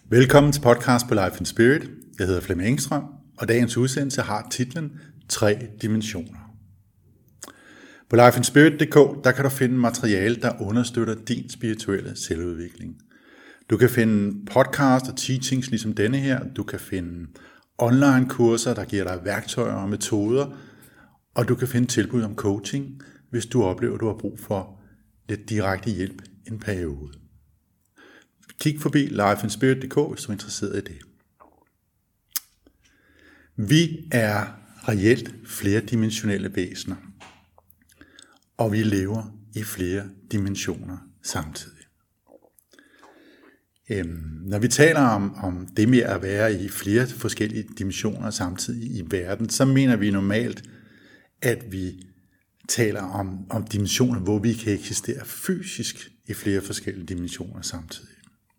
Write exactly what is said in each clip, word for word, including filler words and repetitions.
Velkommen til podcast på Life in Spirit. Jeg hedder Flemming Engstrøm, og dagens udsendelse har titlen Tre dimensioner. På life in spirit punktum d k der kan du finde materiale, der understøtter din spirituelle selvudvikling. Du kan finde podcast og teachings ligesom denne her. Du kan finde online kurser, der giver dig værktøjer og metoder. Og du kan finde tilbud om coaching, hvis du oplever, at du har brug for lidt direkte hjælp en periode. Kig forbi life in spirit punktum d k, hvis du er interesseret i det. Vi er reelt flerdimensionelle væsener, og vi lever i flere dimensioner samtidig. Øhm, når vi taler om, om det med at være i flere forskellige dimensioner samtidig i verden, så mener vi normalt, at vi taler om, om dimensioner, hvor vi kan eksistere fysisk i flere forskellige dimensioner samtidig.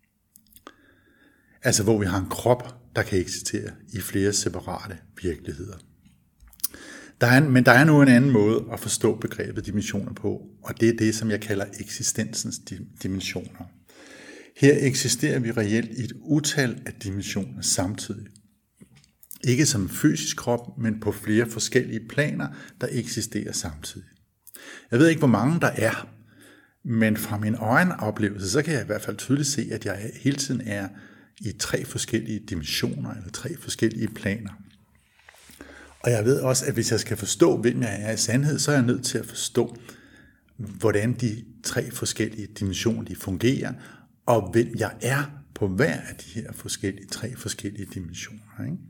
Altså hvor vi har en krop, der kan eksistere i flere separate virkeligheder. Der er en, men der er nu en anden måde at forstå begrebet dimensioner på, og det er det, som jeg kalder eksistensens dimensioner. Her eksisterer vi reelt i et utal af dimensioner samtidig. Ikke som en fysisk krop, men på flere forskellige planer, der eksisterer samtidig. Jeg ved ikke, hvor mange der er, men fra min egen oplevelse, så kan jeg i hvert fald tydeligt se, at jeg hele tiden er i tre forskellige dimensioner, eller tre forskellige planer. Og jeg ved også, at hvis jeg skal forstå, hvem jeg er i sandhed, så er jeg nødt til at forstå, hvordan de tre forskellige dimensioner de fungerer, og hvem jeg er på hver af de her forskellige, tre forskellige dimensioner. Ikke?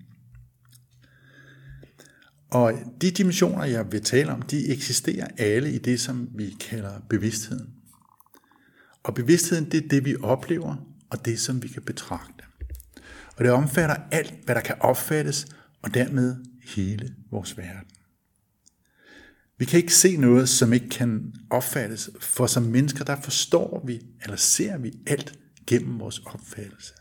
Og de dimensioner, jeg vil tale om, de eksisterer alle i det, som vi kalder bevidstheden. Og bevidstheden, det er det, vi oplever, og det, som vi kan betragte. Og det omfatter alt, hvad der kan opfattes, og dermed hele vores verden. Vi kan ikke se noget, som ikke kan opfattes, for som mennesker, der forstår vi, eller ser vi alt gennem vores opfattelse.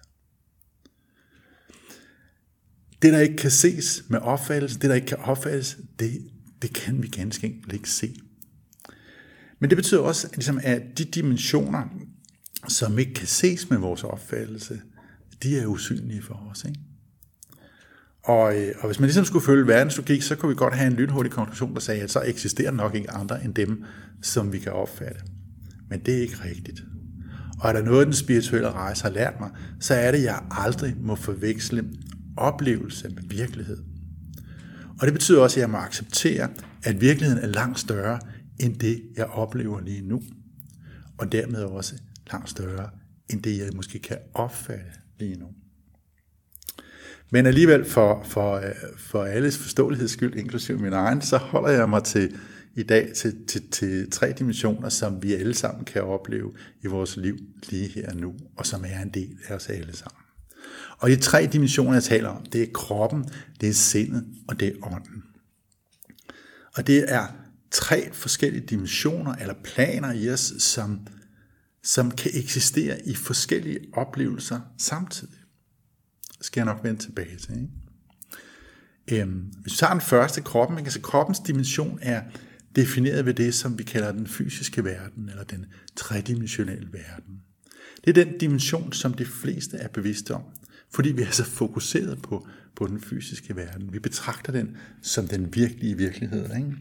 Det, der ikke kan ses med opfattelse, det, der ikke kan opfattes, det, det kan vi ganske enkelt ikke se. Men det betyder også, at, ligesom, at de dimensioner, som ikke kan ses med vores opfattelse, de er usynlige for os. Ikke? Og, og hvis man ligesom skulle følge verdenslogik, så kunne vi godt have en lynhurtig konklusion, der sagde, at så eksisterer nok ikke andre end dem, som vi kan opfatte. Men det er ikke rigtigt. Og er der noget, den spirituelle rejse har lært mig, så er det, at jeg aldrig må forveksle oplevelse med virkelighed. Og det betyder også, at jeg må acceptere, at virkeligheden er langt større end det, jeg oplever lige nu. Og dermed også langt større end det, jeg måske kan opfatte lige nu. Men alligevel for, for, for alles forståeligheds skyld, inklusive min egen, så holder jeg mig til i dag til, til, til tre dimensioner, som vi alle sammen kan opleve i vores liv lige her nu, og som er en del af os alle sammen. Og de tre dimensioner, jeg taler om, det er kroppen, det er sindet, og det er ånden. Og det er tre forskellige dimensioner eller planer i os, som, som kan eksistere i forskellige oplevelser samtidig. Det skal jeg nok vende tilbage til. Ikke? Øhm, hvis vi tager den første, kroppen, altså kroppens dimension er defineret ved det, som vi kalder den fysiske verden, eller den tredimensionelle verden. Det er den dimension, som de fleste er bevidste om, fordi vi er så fokuseret på, på den fysiske verden. Vi betragter den som den virkelige virkelighed. Ikke?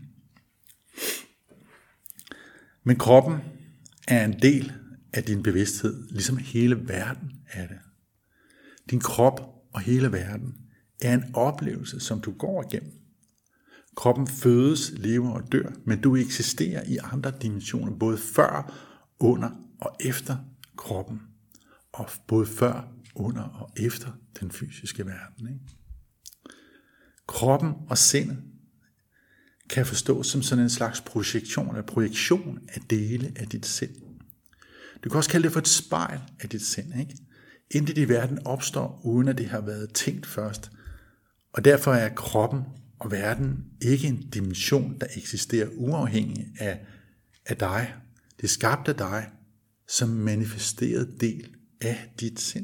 Men kroppen er en del af din bevidsthed, ligesom hele verden er det. Din krop og hele verden er en oplevelse, som du går igennem. Kroppen fødes, lever og dør, men du eksisterer i andre dimensioner, både før, under og efter kroppen. Og både før, under og efter den fysiske verden. Ikke? Kroppen og sindet kan forstås som sådan en slags projektion, eller projektion af dele af dit sind. Du kan også kalde det for et spejl af dit sind, ikke? Intet i verden opstår, uden at det har været tænkt først. Og derfor er kroppen og verden ikke en dimension, der eksisterer uafhængig af, af dig. Det er skabt af dig som manifesteret del af dit sind.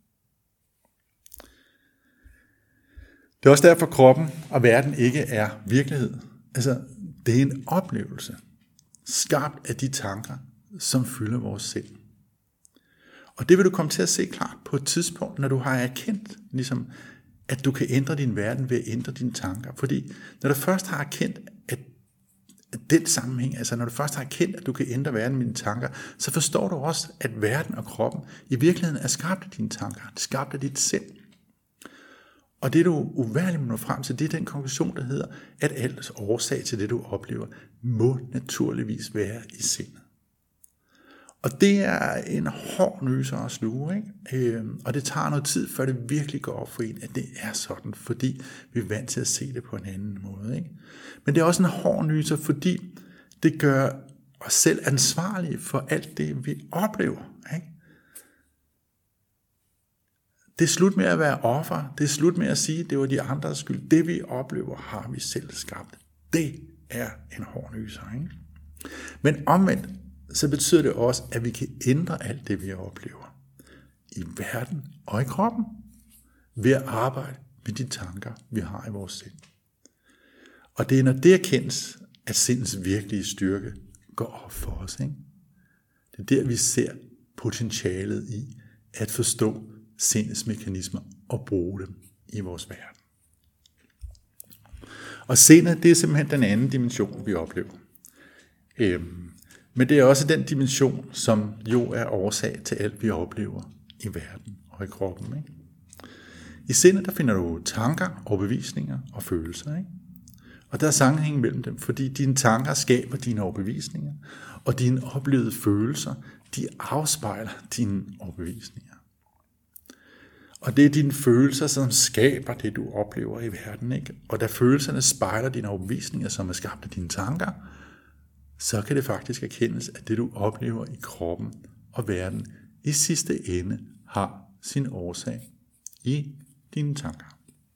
Det er også derfor, kroppen og verden ikke er virkelighed. Altså, det er en oplevelse, skabt af de tanker, som fylder vores sind. Og det vil du komme til at se klart på et tidspunkt, når du har erkendt, ligesom, at du kan ændre din verden ved at ændre dine tanker. Fordi når du først har erkendt, at den sammenhæng, altså når du først har erkendt, at du kan ændre verden med dine tanker, så forstår du også, at verden og kroppen i virkeligheden er skabt af dine tanker. Det er skabt af dit sind. Og det du uværligt må nå frem til, det er den konklusion, der hedder, at alt årsag til det, du oplever, må naturligvis være i sindet. Og det er en hård nøse at sluge, ikke? Øhm, og det tager noget tid, før det virkelig går op for en, at det er sådan, fordi vi er vant til at se det på en anden måde, ikke? Men det er også en hård nøse, fordi det gør os selv ansvarlige for alt det, vi oplever, ikke? Det er slut med at være offer. Det er slut med at sige, at det var de andres skyld. Det vi oplever, har vi selv skabt. Det er en hård nøse, ikke? Men omvendt, så betyder det også, at vi kan ændre alt det, vi oplever. I verden og i kroppen. Ved at arbejde med de tanker, vi har i vores sind. Og det er, når det erkendes, at sindets virkelige styrke går op for os, ikke? Det er der, vi ser potentialet i at forstå sindets mekanismer og bruge dem i vores verden. Og sindet, det er simpelthen den anden dimension, vi oplever. Øhm, men det er også den dimension, som jo er årsag til alt, vi oplever i verden og i kroppen, ikke? I sindet, der finder du tanker, overbevisninger og følelser, ikke? Og der er sammenhæng mellem dem, fordi dine tanker skaber dine overbevisninger, og dine oplevede følelser, de afspejler dine overbevisninger. Og det er dine følelser, som skaber det, du oplever i verden, ikke? Og da følelserne spejler dine overbevisninger, som er skabt af dine tanker, så kan det faktisk erkendes, at det, du oplever i kroppen og verden, i sidste ende har sin årsag i dine tanker.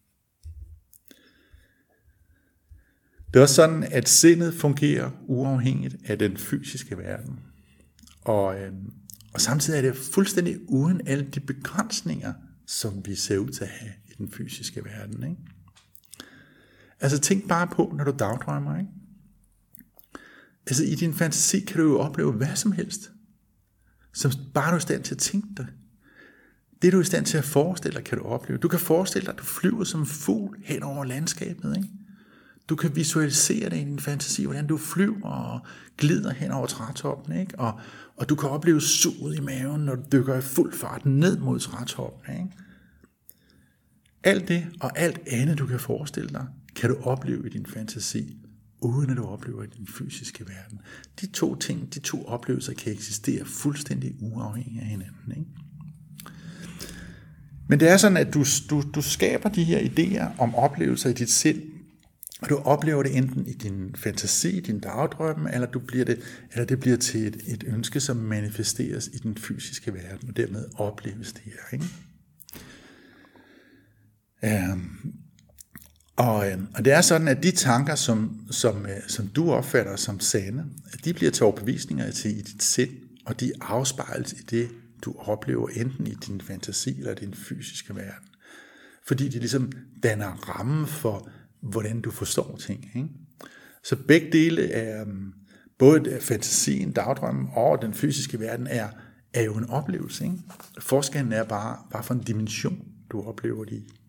Det er også sådan, at sindet fungerer uafhængigt af den fysiske verden. Og, øh, og samtidig er det fuldstændig uden alle de begrænsninger, som vi ser ud til at have i den fysiske verden, ikke? Altså tænk bare på, når du dagdrømmer, ikke? Altså i din fantasi kan du jo opleve hvad som helst, som bare du er i stand til at tænke dig. Det du er i stand til at forestille dig, kan du opleve. Du kan forestille dig, at du flyver som en fugl hen over landskabet, ikke? Du kan visualisere det i din fantasi, hvordan du flyver og glider hen over trætoppen, ikke? Og, og du kan opleve suget i maven, når du dykker i fuld fart ned mod trætoppen, ikke? Alt det og alt andet, du kan forestille dig, kan du opleve i din fantasi, uden at du oplever i den fysiske verden. De to ting, de to oplevelser kan eksistere fuldstændig uafhængigt af hinanden, ikke? Men det er sådan, at du, du, du skaber de her idéer om oplevelser i dit sind, og du oplever det enten i din fantasi, din dagdrømme, eller, du bliver det, eller det bliver til et, et ønske, som manifesteres i den fysiske verden, og dermed opleves det her, ikke? Um, og, og det er sådan, at de tanker, som, som, som du opfatter som sande, de bliver til overbevisninger til i dit sind, og de afspejles i det, du oplever enten i din fantasi eller din fysiske verden. Fordi de ligesom danner ramme for, hvordan du forstår ting, ikke? Så begge dele er, både fantasien, dagdrømmen og den fysiske verden, er, er jo en oplevelse, ikke? Forskellen er bare, bare for en dimension, du oplever det i.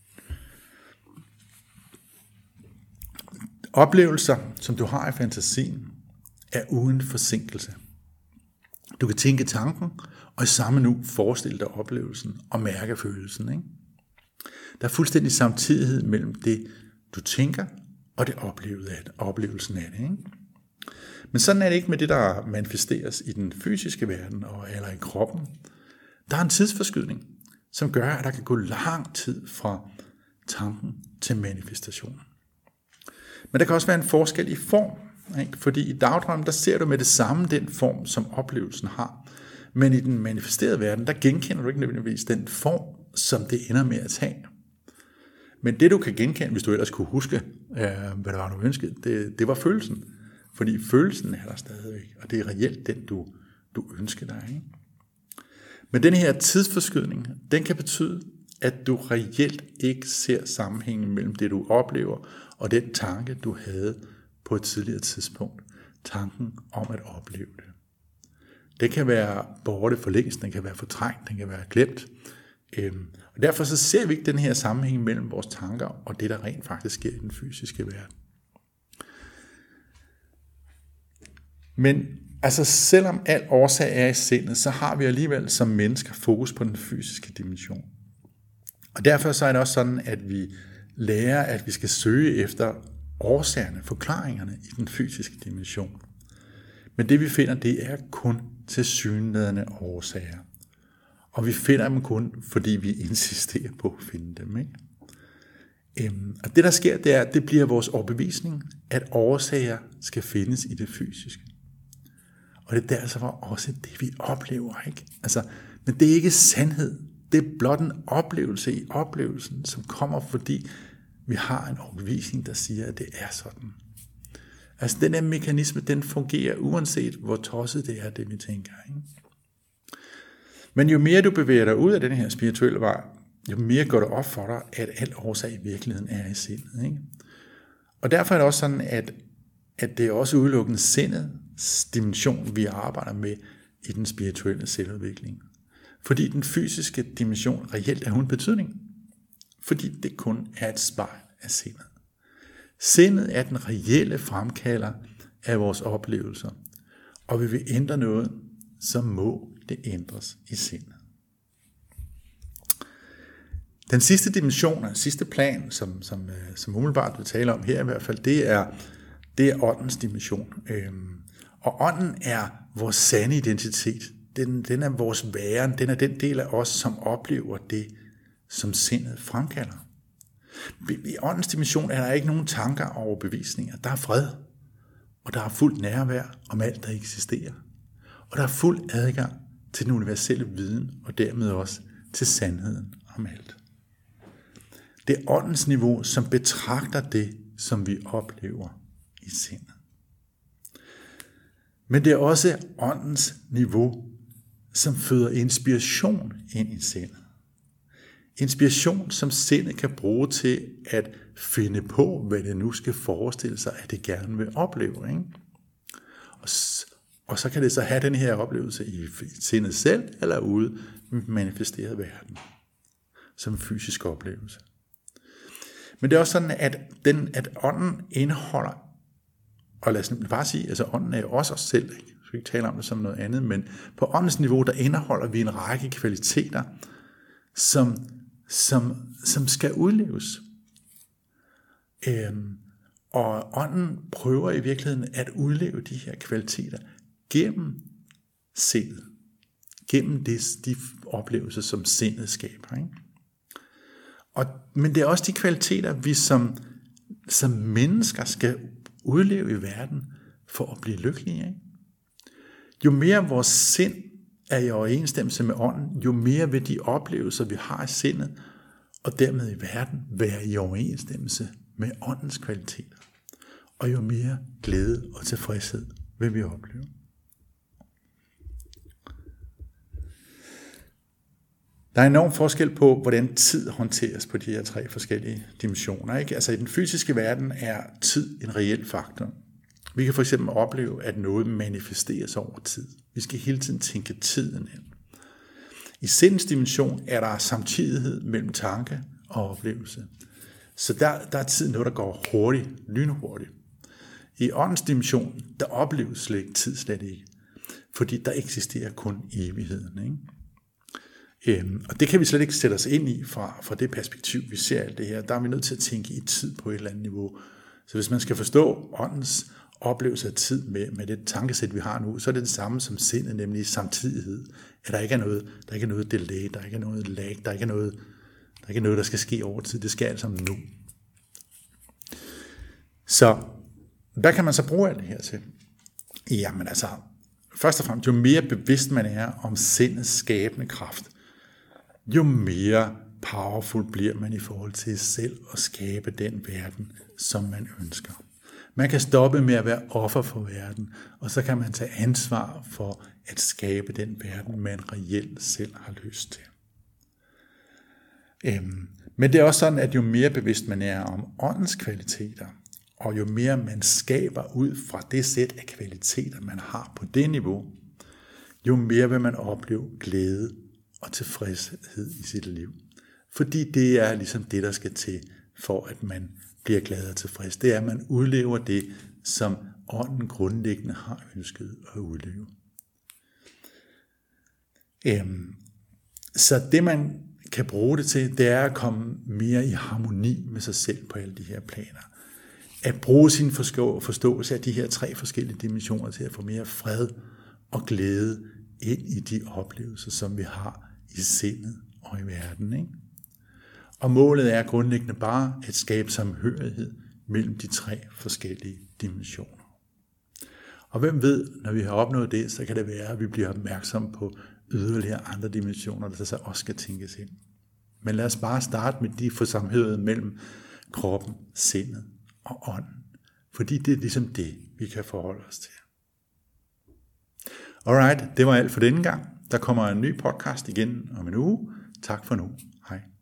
Oplevelser, som du har i fantasien, er uden forsinkelse. Du kan tænke tanken, og i samme nu forestille dig oplevelsen og mærke følelsen, ikke? Der er fuldstændig samtidighed mellem det, du tænker, og det oplevelsen af det, ikke? Men sådan er det ikke med det, der manifesteres i den fysiske verden og eller i kroppen. Der er en tidsforskydning, som gør, at der kan gå lang tid fra tanken til manifestationen. Men der kan også være en forskel i form, ikke? Fordi i dagdrømmen, der ser du med det samme den form, som oplevelsen har. Men i den manifesterede verden, der genkender du ikke nødvendigvis den form, som det ender med at tage. Men det du kan genkende, hvis du ellers kunne huske, øh, hvad det var, du ønskede, det, det var følelsen. Fordi følelsen er der stadigvæk, og det er reelt den, du, du ønsker dig, ikke? Men den her tidsforskydning, den kan betyde, at du reelt ikke ser sammenhængen mellem det, du oplever, og den tanke, du havde på et tidligere tidspunkt. Tanken om at opleve det. Det kan være borte for længst, den kan være fortrængt, den kan være glemt. Øhm, og derfor så ser vi ikke den her sammenhæng mellem vores tanker og det, der rent faktisk sker i den fysiske verden. Men altså selvom al årsag er i sindet, så har vi alligevel som mennesker fokus på den fysiske dimension. Og derfor så er det også sådan, at vi lærer, at vi skal søge efter årsagerne, forklaringerne i den fysiske dimension. Men det vi finder, det er kun tilsyneladende årsager. Og vi finder dem kun, fordi vi insisterer på at finde dem. Ikke? Øhm, og det der sker, det er, at det bliver vores overbevisning, at årsager skal findes i det fysiske. Og det er derfor også det, vi oplever. Ikke? Altså, men det er ikke sandhed. Det er blot en oplevelse i oplevelsen, som kommer, fordi vi har en overbevisning, der siger, at det er sådan. Altså den her mekanisme, den fungerer uanset hvor tosset det er, det vi tænker. Ikke? Men jo mere du bevæger dig ud af den her spirituelle vej, jo mere går det op for dig, at al årsag i virkeligheden er i sindet. Ikke? Og derfor er det også sådan, at, at det er også udelukkende sindets dimension, vi arbejder med i den spirituelle selvudvikling. Fordi den fysiske dimension reelt er uden betydning. Fordi det kun er et spejl af sindet. Sindet er den reelle fremkalder af vores oplevelser. Og vil vi ændre noget, så må det ændres i sindet. Den sidste dimension, den sidste plan, som, som, som umiddelbart vil tale om her i hvert fald, det er, det er åndens dimension. Og ånden er vores sande identitet. Den, den er vores væren, den er den del af os, som oplever det, som sindet fremkalder. I åndens dimension er der ikke nogen tanker og overbevisninger. Der er fred, og der er fuld nærvær om alt, der eksisterer. Og der er fuld adgang til den universelle viden, og dermed også til sandheden om alt. Det er åndens niveau, som betragter det, som vi oplever i sindet. Men det er også åndens niveau, som føder inspiration ind i sindet. Inspiration, som sindet kan bruge til at finde på, hvad det nu skal forestille sig, at det gerne vil opleve. Ikke? Og, og så kan det så have den her oplevelse i sindet selv, eller ude i manifesteret verden, som en fysisk oplevelse. Men det er også sådan, at, den, at ånden indeholder, og lad os bare sige, altså ånden er jo også os selv, ikke? Jeg skal ikke tale om det som noget andet, men på åndens niveau, der indeholder vi en række kvaliteter, som, som, som skal udleves. Øhm, og ånden prøver i virkeligheden at udleve de her kvaliteter gennem sindet. Gennem det, de oplevelser, som sindet skaber. Ikke? Og, men det er også de kvaliteter, vi som, som mennesker skal udleve i verden for at blive lykkelige. Ikke? Jo mere vores sind er i overensstemmelse med ånden, jo mere vil de oplevelser, vi har i sindet, og dermed i verden, være i overensstemmelse med åndens kvaliteter. Og jo mere glæde og tilfredshed vil vi opleve. Der er enorm forskel på, hvordan tid håndteres på de her tre forskellige dimensioner. Ikke? Altså i den fysiske verden er tid en reel faktor. Vi kan for eksempel opleve, at noget manifesteres over tid. Vi skal hele tiden tænke tiden ind. I sindens dimension er der samtidighed mellem tanke og oplevelse. Så der, der er tid noget, der går hurtigt, lynhurtigt. I åndens dimension, der opleves slet ikke tid slet ikke. Fordi der eksisterer kun evigheden. Ikke? Øhm, og det kan vi slet ikke sætte os ind i fra, fra det perspektiv, vi ser alt det her. Der er vi nødt til at tænke i tid på et eller andet niveau. Så hvis man skal forstå åndens oplevelse af tid med, med det tankesæt, vi har nu, så er det det samme som sindet, nemlig samtidighed. At der ikke er noget, der ikke er noget delay, der ikke er noget lag, der ikke er noget, der ikke er noget, der skal ske over tid. Det skal altså nu. Så hvad kan man så bruge alt det her til? Jamen altså, først og fremmest, jo mere bevidst man er om sindets skabende kraft, jo mere powerful bliver man i forhold til selv at skabe den verden, som man ønsker. Man kan stoppe med at være offer for verden, og så kan man tage ansvar for at skabe den verden, man reelt selv har lyst til. Øhm, men det er også sådan, at jo mere bevidst man er om åndens kvaliteter, og jo mere man skaber ud fra det sæt af kvaliteter, man har på det niveau, jo mere vil man opleve glæde og tilfredshed i sit liv. Fordi det er ligesom det, der skal til, for at man bliver glad og tilfreds. Det er, at man udlever det, som ånden grundlæggende har ønsket at udleve. Øhm, så det, man kan bruge det til, det er at komme mere i harmoni med sig selv på alle de her planer. At bruge sin forståelse af de her tre forskellige dimensioner til at få mere fred og glæde ind i de oplevelser, som vi har i sindet og i verden. Ikke? Og målet er grundlæggende bare at skabe samhørighed mellem de tre forskellige dimensioner. Og hvem ved, når vi har opnået det, så kan det være, at vi bliver opmærksomme på yderligere andre dimensioner, der så også skal tænkes ind. Men lad os bare starte med de for samhørighed mellem kroppen, sindet og ånden. Fordi det er ligesom det, vi kan forholde os til. Alright, det var alt for denne gang. Der kommer en ny podcast igen om en uge. Tak for nu. Hej.